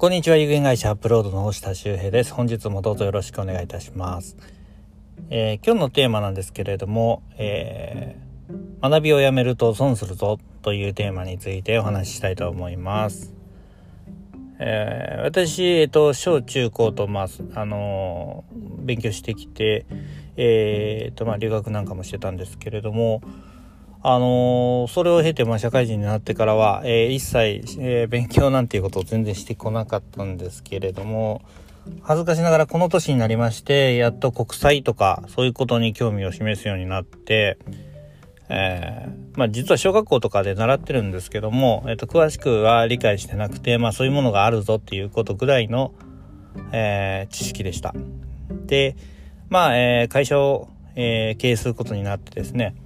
こんにちは。有限会社アップロードの大下修平です。本日もどうぞよろしくお願いいたします。今日のテーマなんですけれども、学びをやめると損するぞというテーマについてお話ししたいと思います。私、小中高と、勉強してきて、留学なんかもしてたんですけれども、それを経て、社会人になってからは、一切、勉強なんていうことを全然してこなかったんですけれども、恥ずかしながらこの年になりまして、やっと国際とかそういうことに興味を示すようになって、実は小学校とかで習ってるんですけども、詳しくは理解してなくて、そういうものがあるぞっていうことぐらいの、知識でした。で、会社を、経営することになってですね、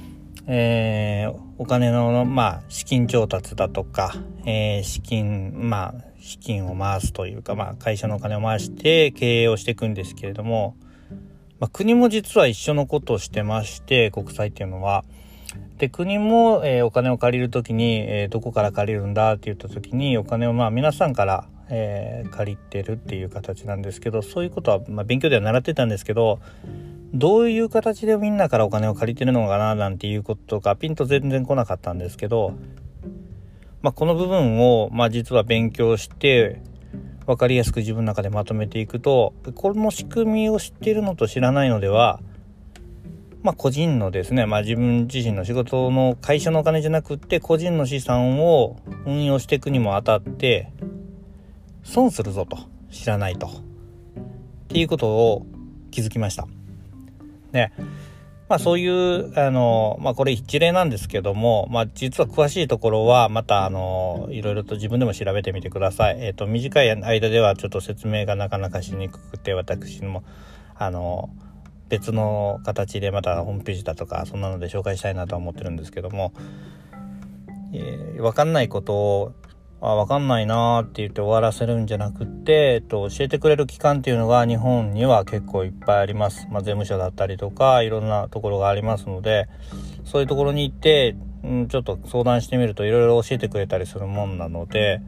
お金の、資金調達だとか、資金を回すというか、会社のお金を回して経営をしていくんですけれども、国も実は一緒のことをしてまして、国債っていうのは。で、国も、お金を借りるときに、どこから借りるんだって言ったときに、お金を皆さんから、借りてるっていう形なんですけど、そういうことは、勉強では習ってたんですけど、どういう形でみんなからお金を借りてるのかななんていうことがピンと全然来なかったんですけど、この部分を、実は勉強して分かりやすく自分の中でまとめていくと、この仕組みを知っているのと知らないのでは、個人のですね、自分自身の仕事の会社のお金じゃなくって個人の資産を運用していくにもあたって損するぞと、知らないとっていうことを気づきました。ね、そういうこれ一例なんですけども、実は詳しいところはまたいろいろと自分でも調べてみてください。短い間ではちょっと説明がなかなかしにくくて、私も別の形でまたホームページだとかそんなので紹介したいなとは思ってるんですけども、分かんないことを分かんないなって言って終わらせるんじゃなくて、教えてくれる機関っていうのが日本には結構いっぱいあります。税務署だったりとかいろんなところがありますので、そういうところに行って、ちょっと相談してみるといろいろ教えてくれたりするもんなので、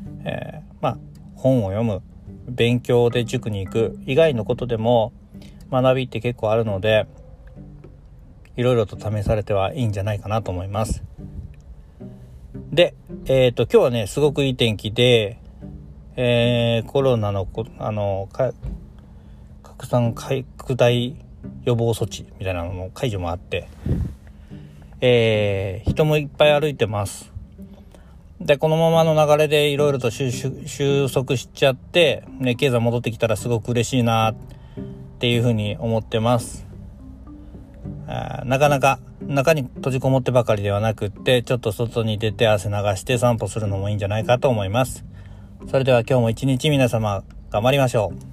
本を読む、勉強で塾に行く以外のことでも学びって結構あるので、いろいろと試されてはいいんじゃないかなと思います。で、今日はね、すごくいい天気で、コロナの拡散拡大予防措置みたいなのの解除もあって、人もいっぱい歩いてます。で、このままの流れでいろいろと収束しちゃって、経済戻ってきたらすごく嬉しいなっていうふうに思ってます。なかなか中に閉じこもってばかりではなくって、ちょっと外に出て汗流して散歩するのもいいんじゃないかと思います。それでは今日も一日皆様頑張りましょう。